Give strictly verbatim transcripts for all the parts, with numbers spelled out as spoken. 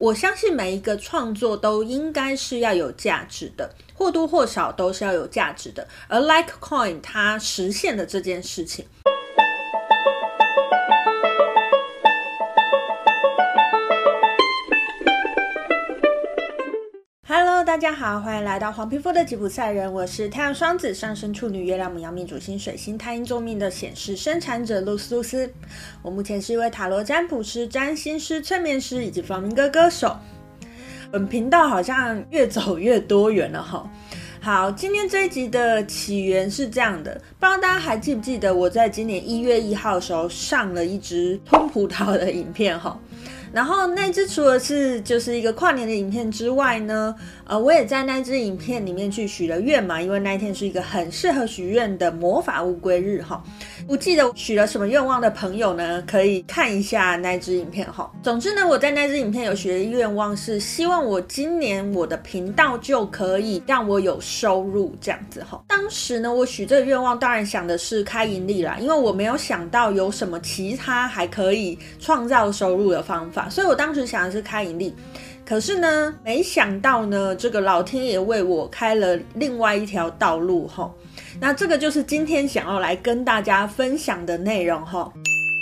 我相信每一个创作都应该是要有价值的，或多或少都是要有价值的，而 Litecoin 它实现了这件事情。Hello， 大家好，欢迎来到黄皮肤的吉普赛人，我是太阳双子上升处女月亮牡羊命主星水星太阴座命的显示生产者露丝露丝。我目前是一位塔罗占卜师、占星师、催眠师以及弗朗明哥歌手。本频道好像越走越多元了齁。好，今天这一集的起源是这样的，不知道大家还记不记得我在今年一月一号的时候上了一支吞葡萄的影片齁。然后那支除了是就是一个跨年的影片之外呢，呃，我也在那支影片里面去许了愿嘛，因为那一天是一个很适合许愿的魔法乌龟日哈。不记得许了什么愿望的朋友呢，可以看一下那支影片哈。总之呢，我在那支影片有许的愿望是希望我今年我的频道就可以让我有收入这样子哈。当时呢，我许这个愿望当然想的是开盈利啦，因为我没有想到有什么其他还可以创造收入的方法。所以我当时想的是开盈利，可是呢没想到呢这个老天爷为我开了另外一条道路齁。那这个就是今天想要来跟大家分享的内容齁。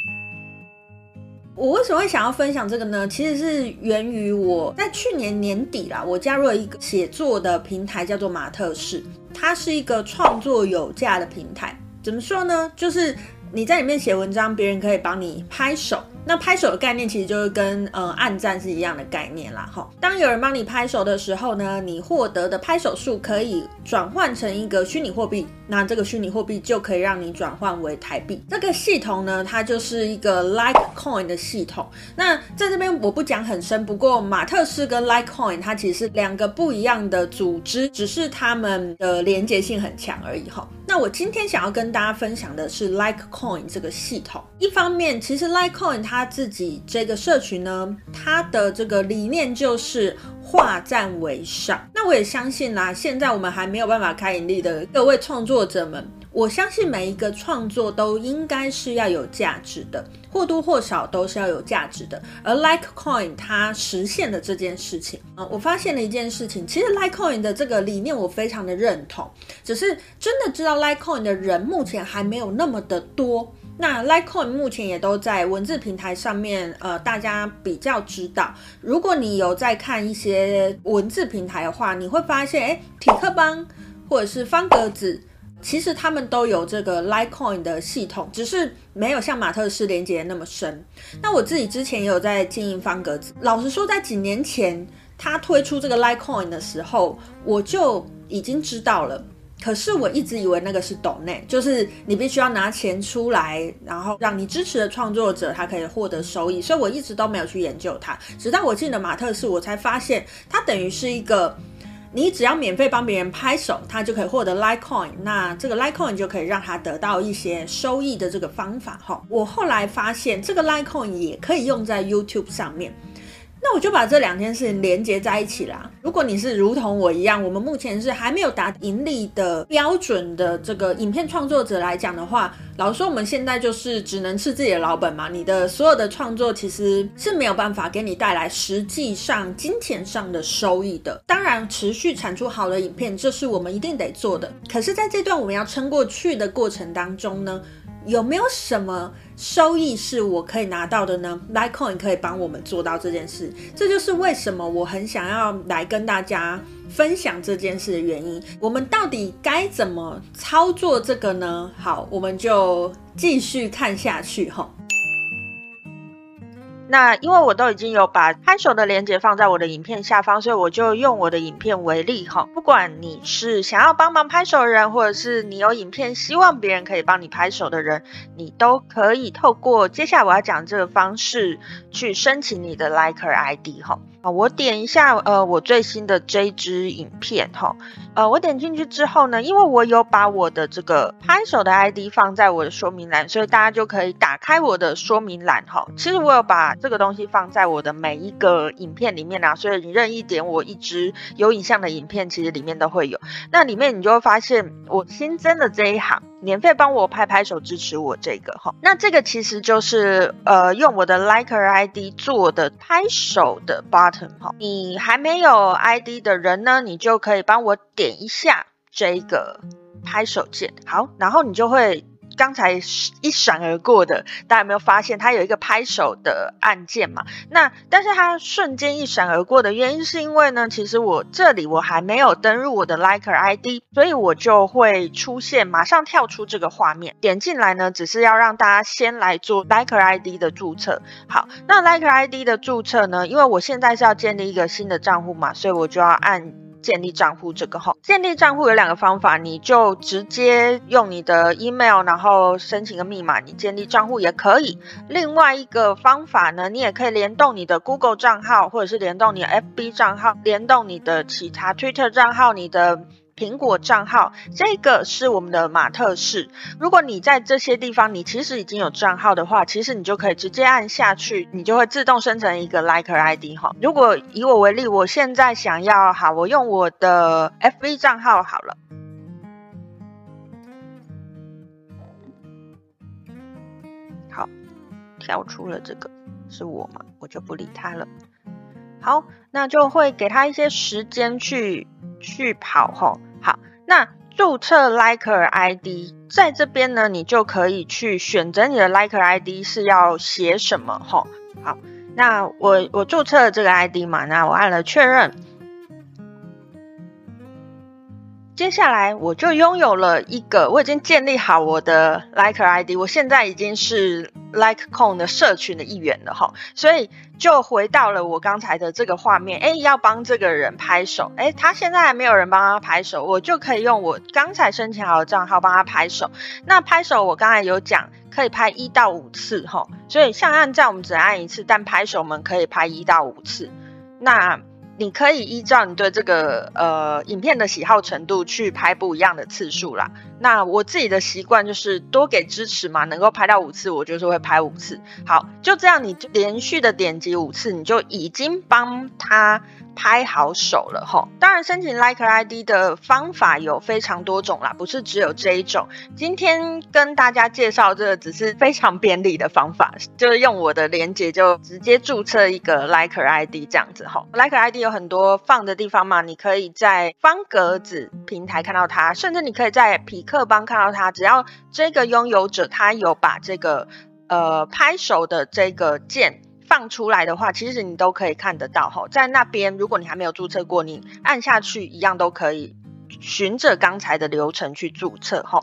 我为什么会想要分享这个呢？其实是源于我在去年年底啦，我加入了一个写作的平台叫做马特氏，它是一个创作有价的平台。怎么说呢？就是你在里面写文章，别人可以帮你拍手。那拍手的概念其实就是跟呃按赞是一样的概念啦齁。当有人帮你拍手的时候呢，你获得的拍手数可以转换成一个虚拟货币，那这个虚拟货币就可以让你转换为台币。这个系统呢，它就是一个 Litecoin 的系统。那在这边我不讲很深，不过马特氏跟 Litecoin 它其实是两个不一样的组织，只是它们的连结性很强而已齁。那我今天想要跟大家分享的是 Litecoin 这个系统。一方面，其实 Litecoin 它自己这个社群呢，它的这个理念就是化战为上。那我也相信啦，现在我们还没有办法开盈利的各位创作者们，我相信每一个创作都应该是要有价值的，或多或少都是要有价值的。而 Litecoin 它实现了这件事情、呃、我发现了一件事情，其实 Litecoin 的这个理念我非常的认同，只是真的知道 Litecoin 的人目前还没有那么的多。那 Litecoin 目前也都在文字平台上面，呃，大家比较知道。如果你有在看一些文字平台的话，你会发现，哎，痞客邦或者是方格子，其实他们都有这个 Litecoin 的系统，只是没有像马特氏连结那么深。那我自己之前也有在经营方格子，老实说，在几年前他推出这个 Litecoin 的时候，我就已经知道了。可是我一直以为那个是抖内，就是你必须要拿钱出来，然后让你支持的创作者他可以获得收益，所以我一直都没有去研究它。直到我进了马特氏，我才发现它等于是一个你只要免费帮别人拍手，他就可以获得 Litecoin， 那这个 Litecoin 就可以让他得到一些收益的这个方法。我后来发现这个 Litecoin 也可以用在 YouTube 上面，那我就把这两件事情连接在一起啦。如果你是如同我一样，我们目前是还没有达盈利的标准的这个影片创作者来讲的话，老实说我们现在就是只能吃自己的老本嘛。你的所有的创作其实是没有办法给你带来实际上金钱上的收益的。当然持续产出好的影片，这是我们一定得做的。可是在这段我们要撑过去的过程当中呢，有没有什么收益是我可以拿到的呢？ Litecoin 可以帮我们做到这件事，这就是为什么我很想要来跟大家分享这件事的原因。我们到底该怎么操作这个呢？好，我们就继续看下去齁。那因为我都已经有把拍手的连结放在我的影片下方，所以我就用我的影片为例齁。不管你是想要帮忙拍手的人，或者是你有影片希望别人可以帮你拍手的人，你都可以透过接下来我要讲这个方式去申请你的 Liker I D 齁。我点一下呃我最新的这支影片齁。呃我点进去之后呢，因为我有把我的这个拍手的 I D 放在我的说明栏，所以大家就可以打开我的说明栏齁。其实我有把这个东西放在我的每一个影片里面啊，所以你任意点我一支有影像的影片，其实里面都会有。那里面你就会发现我新增的这一行免费帮我拍拍手支持我这个哈。那这个其实就是呃用我的 Liker I D 做的拍手的 button 哈。你还没有 I D 的人呢，你就可以帮我点一下这个拍手键，好，然后你就会刚才一闪而过的，大家有没有发现它有一个拍手的按键嘛？那但是它瞬间一闪而过的原因是因为呢，其实我这里我还没有登入我的 Liker I D， 所以我就会出现马上跳出这个画面。点进来呢，只是要让大家先来做 Liker I D 的注册。好，那 Liker I D 的注册呢，因为我现在是要建立一个新的账户嘛，所以我就要按建立账户这个哈。建立账户有两个方法，你就直接用你的 email 然后申请个密码，你建立账户也可以。另外一个方法呢，你也可以联动你的 Google 账号，或者是联动你的 F B 账号，联动你的其他 Twitter 账号，你的苹果账号，这个是我们的马特氏。如果你在这些地方你其实已经有账号的话，其实你就可以直接按下去，你就会自动生成一个 Liker I D 哈。如果以我为例，我现在想要，好，我用我的 F B 账号好了。好，跳出了这个是我嘛，我就不理他了。好，那就会给他一些时间去去跑吼。好，那注册 Liker I D 在这边呢，你就可以去选择你的 Liker I D 是要写什么吼。好，那我我注册了这个 I D 嘛，那我按了确认。接下来我就拥有了一个，我已经建立好我的 Liker I D， 我现在已经是 LikeCoin 的社群的一员了齁，所以就回到了我刚才的这个画面，诶，要帮这个人拍手，诶，他现在还没有人帮他拍手，我就可以用我刚才申请好的账号帮他拍手。那拍手我刚才有讲可以拍一到五次齁，所以像按赞我们只按一次，但拍手我们可以拍一到五次。那你可以依照你对这个呃影片的喜好程度去拍不一样的次数啦。那我自己的习惯就是多给支持嘛，能够拍到五次我就是会拍五次。好，就这样你就连续的点击五次，你就已经帮他拍好手了齁。当然申请 Liker I D 的方法有非常多种啦，不是只有这一种。今天跟大家介绍这个只是非常便利的方法，就是用我的连结就直接注册一个 Liker I D 这样子齁。Liker I D 有很多放的地方嘛，你可以在方格子平台看到它，甚至你可以在匹克邦看到它，只要这个拥有者他有把这个呃拍手的这个键放出来的话，其实你都可以看得到齁。在那边如果你还没有注册过，你按下去一样都可以循着刚才的流程去注册齁。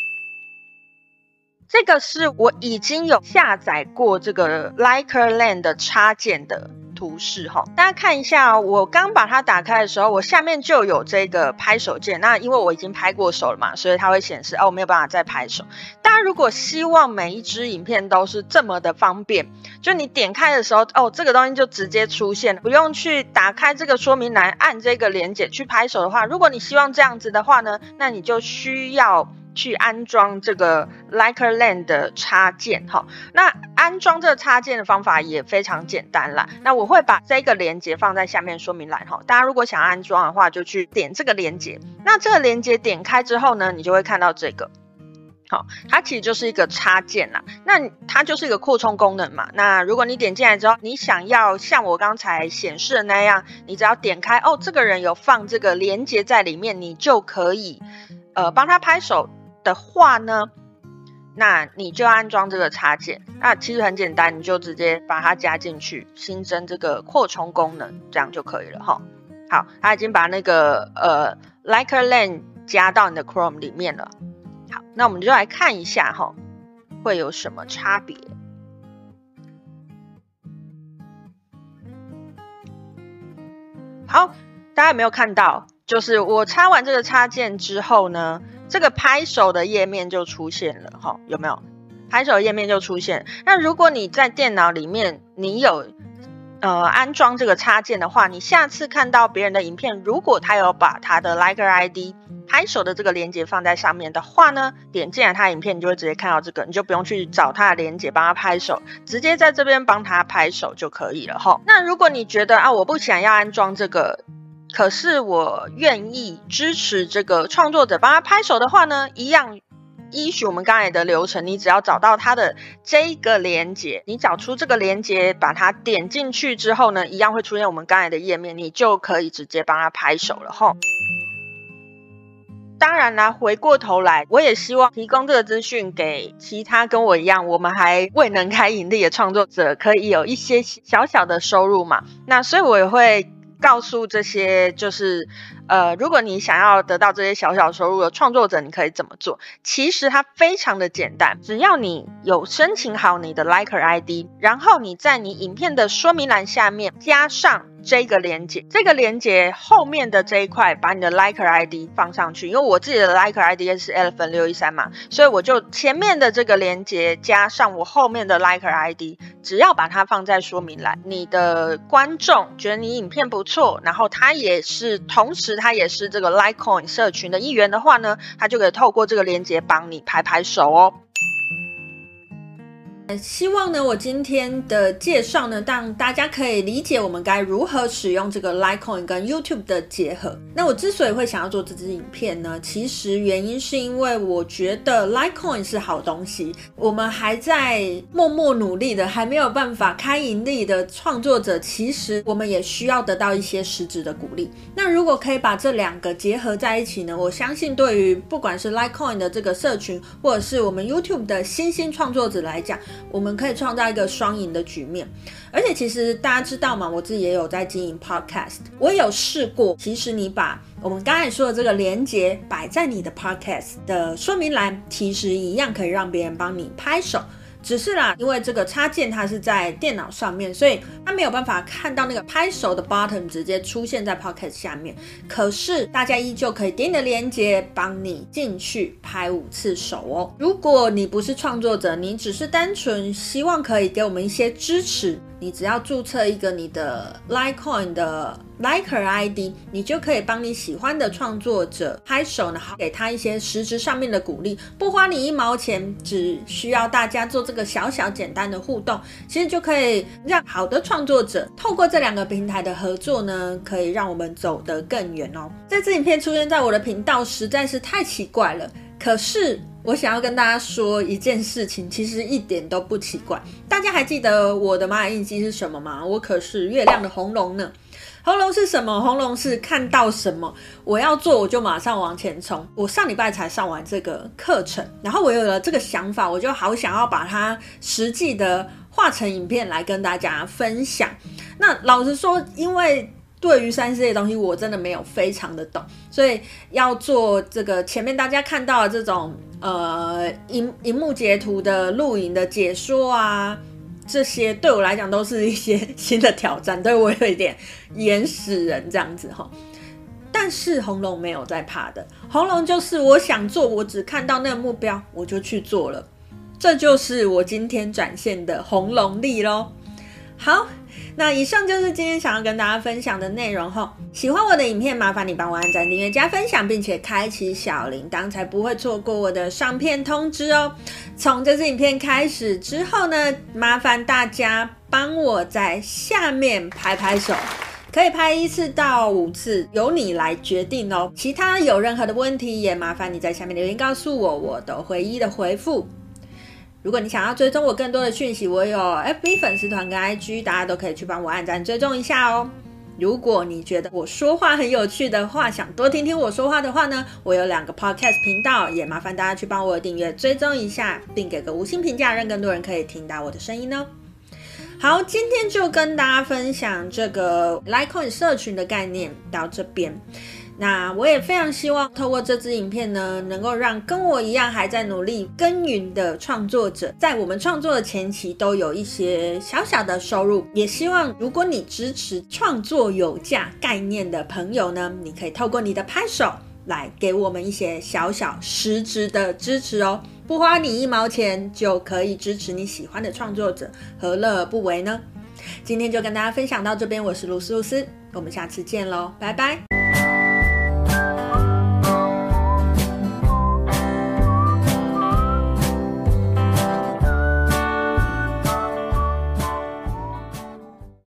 这个是我已经有下载过这个 Likerland 的插件的图示齁，大家看一下哦，我刚把它打开的时候，我下面就有这个拍手键。那因为我已经拍过手了嘛，所以它会显示哦，我没有办法再拍手。大家如果希望每一支影片都是这么的方便，就你点开的时候，哦，这个东西就直接出现，不用去打开这个说明栏，按这个连结去拍手的话，如果你希望这样子的话呢，那你就需要去安装这个 Likerland 的插件齁。那安装这个插件的方法也非常简单啦，那我会把这个连结放在下面说明栏齁，大家如果想安装的话就去点这个连结。那这个连结点开之后呢，你就会看到这个好，它其实就是一个插件啦，那它就是一个扩充功能嘛。那如果你点进来之后，你想要像我刚才显示的那样，你只要点开哦，这个人有放这个连结在里面，你就可以呃帮他拍手的话呢，那你就安装这个插件。那其实很简单，你就直接把它加进去，新增这个扩充功能，这样就可以了齁。好，它已经把那个呃 Likerland 加到你的 Chrome 里面了。好，那我们就来看一下齁，会有什么差别。好，大家有没有看到？就是我插完这个插件之后呢，这个拍手的页面就出现了齁，有没有？拍手的页面就出现。那如果你在电脑里面你有呃安装这个插件的话，你下次看到别人的影片，如果他有把他的 Liker I D 拍手的这个连结放在上面的话呢，点进来他的影片，你就会直接看到这个，你就不用去找他的连结帮他拍手，直接在这边帮他拍手就可以了齁。那如果你觉得啊，我不想要安装这个，可是我愿意支持这个创作者帮他拍手的话呢，一样依循我们刚才的流程，你只要找到它的这个连结，你找出这个连结，把它点进去之后呢，一样会出现我们刚才的页面，你就可以直接帮它拍手了齁。当然啦，回过头来，我也希望提供这个资讯给其他跟我一样我们还未能开盈利的创作者，可以有一些小小的收入嘛。那所以我也会告诉这些就是呃，如果你想要得到这些小小收入的创作者，你可以怎么做？其实它非常的简单，只要你有申请好你的 Liker I D， 然后你在你影片的说明栏下面加上这个连结，这个连结后面的这一块把你的 Liker I D 放上去，因为我自己的 Liker I D 是 elephant 六一三嘛，所以我就前面的这个连结加上我后面的 Liker I D， 只要把它放在说明栏，你的观众觉得你影片不错，然后他也是同时他也是这个 Litecoin 社群的一员的话呢，他就可以透过这个连结帮你拍拍手哦。 希望呢，我今天的介绍呢，让大家可以理解我们该如何使用这个 Litecoin 跟 YouTube 的结合。那我之所以会想要做这支影片呢，其实原因是因为我觉得 Litecoin 是好东西，我们还在默默努力的，还没有办法开盈利的创作者，其实我们也需要得到一些实质的鼓励。那如果可以把这两个结合在一起呢，我相信对于不管是 Litecoin 的这个社群，或者是我们 YouTube 的新兴创作者来讲，我们可以创造一个双赢的局面。而且其实大家知道嘛，我自己也有在经营 podcast， 我也有试过，其实你把我们刚才说的这个连结摆在你的 podcast 的说明栏，其实一样可以让别人帮你拍手。只是啦，因为这个插件它是在电脑上面，所以它没有办法看到那个拍手的 button 直接出现在 podcast 下面。可是大家依旧可以点你的连结，帮你进去拍五次手哦。如果你不是创作者，你只是单纯希望可以给我们一些支持，你只要注册一个你的 Litecoin 的 Liker I D， 你就可以帮你喜欢的创作者拍手，然后给他一些实质上面的鼓励，不花你一毛钱，只需要大家做这个小小简单的互动，其实就可以让好的创作者透过这两个平台的合作呢，可以让我们走得更远哦。这支影片出现在我的频道实在是太奇怪了，可是我想要跟大家说一件事情，其实一点都不奇怪。大家还记得我的玛雅印记是什么吗？我可是月亮的红龙呢。红龙是什么？红龙是看到什么我要做我就马上往前冲。我上礼拜才上完这个课程，然后我有了这个想法，我就好想要把它实际的画成影片来跟大家分享。那老实说，因为对于三 C 的东西我真的没有非常的懂，所以要做这个前面大家看到的这种呃荧荧幕截图的录影的解说啊，这些对我来讲都是一些新的挑战，对我有一点原始人这样子齁。但是红龙没有在怕的，红龙就是我想做，我只看到那个目标我就去做了，这就是我今天展现的红龙力咯。好，那以上就是今天想要跟大家分享的内容齁。喜欢我的影片，麻烦你帮我按赞、订阅、加分享，并且开启小铃铛，才不会错过我的上片通知哦。从这支影片开始之后呢，麻烦大家帮我在下面拍拍手，可以拍一次到五次，由你来决定哦。其他有任何的问题，也麻烦你在下面留言告诉我，我都会一一的回复。如果你想要追踪我更多的讯息，我有 F B 粉丝团跟 I G， 大家都可以去帮我按赞追踪一下哦。如果你觉得我说话很有趣的话，想多听听我说话的话呢，我有两个 podcast 频道，也麻烦大家去帮我订阅追踪一下，并给个五星评价，让更多人可以听到我的声音哦。好，今天就跟大家分享这个 Litecoin 社群的概念到这边。那我也非常希望透过这支影片呢，能够让跟我一样还在努力耕耘的创作者，在我们创作的前期都有一些小小的收入。也希望如果你支持创作有价概念的朋友呢，你可以透过你的拍手来给我们一些小小实质的支持哦，不花你一毛钱就可以支持你喜欢的创作者，何乐而不为呢？今天就跟大家分享到这边，我是露丝露丝，我们下次见咯，拜拜。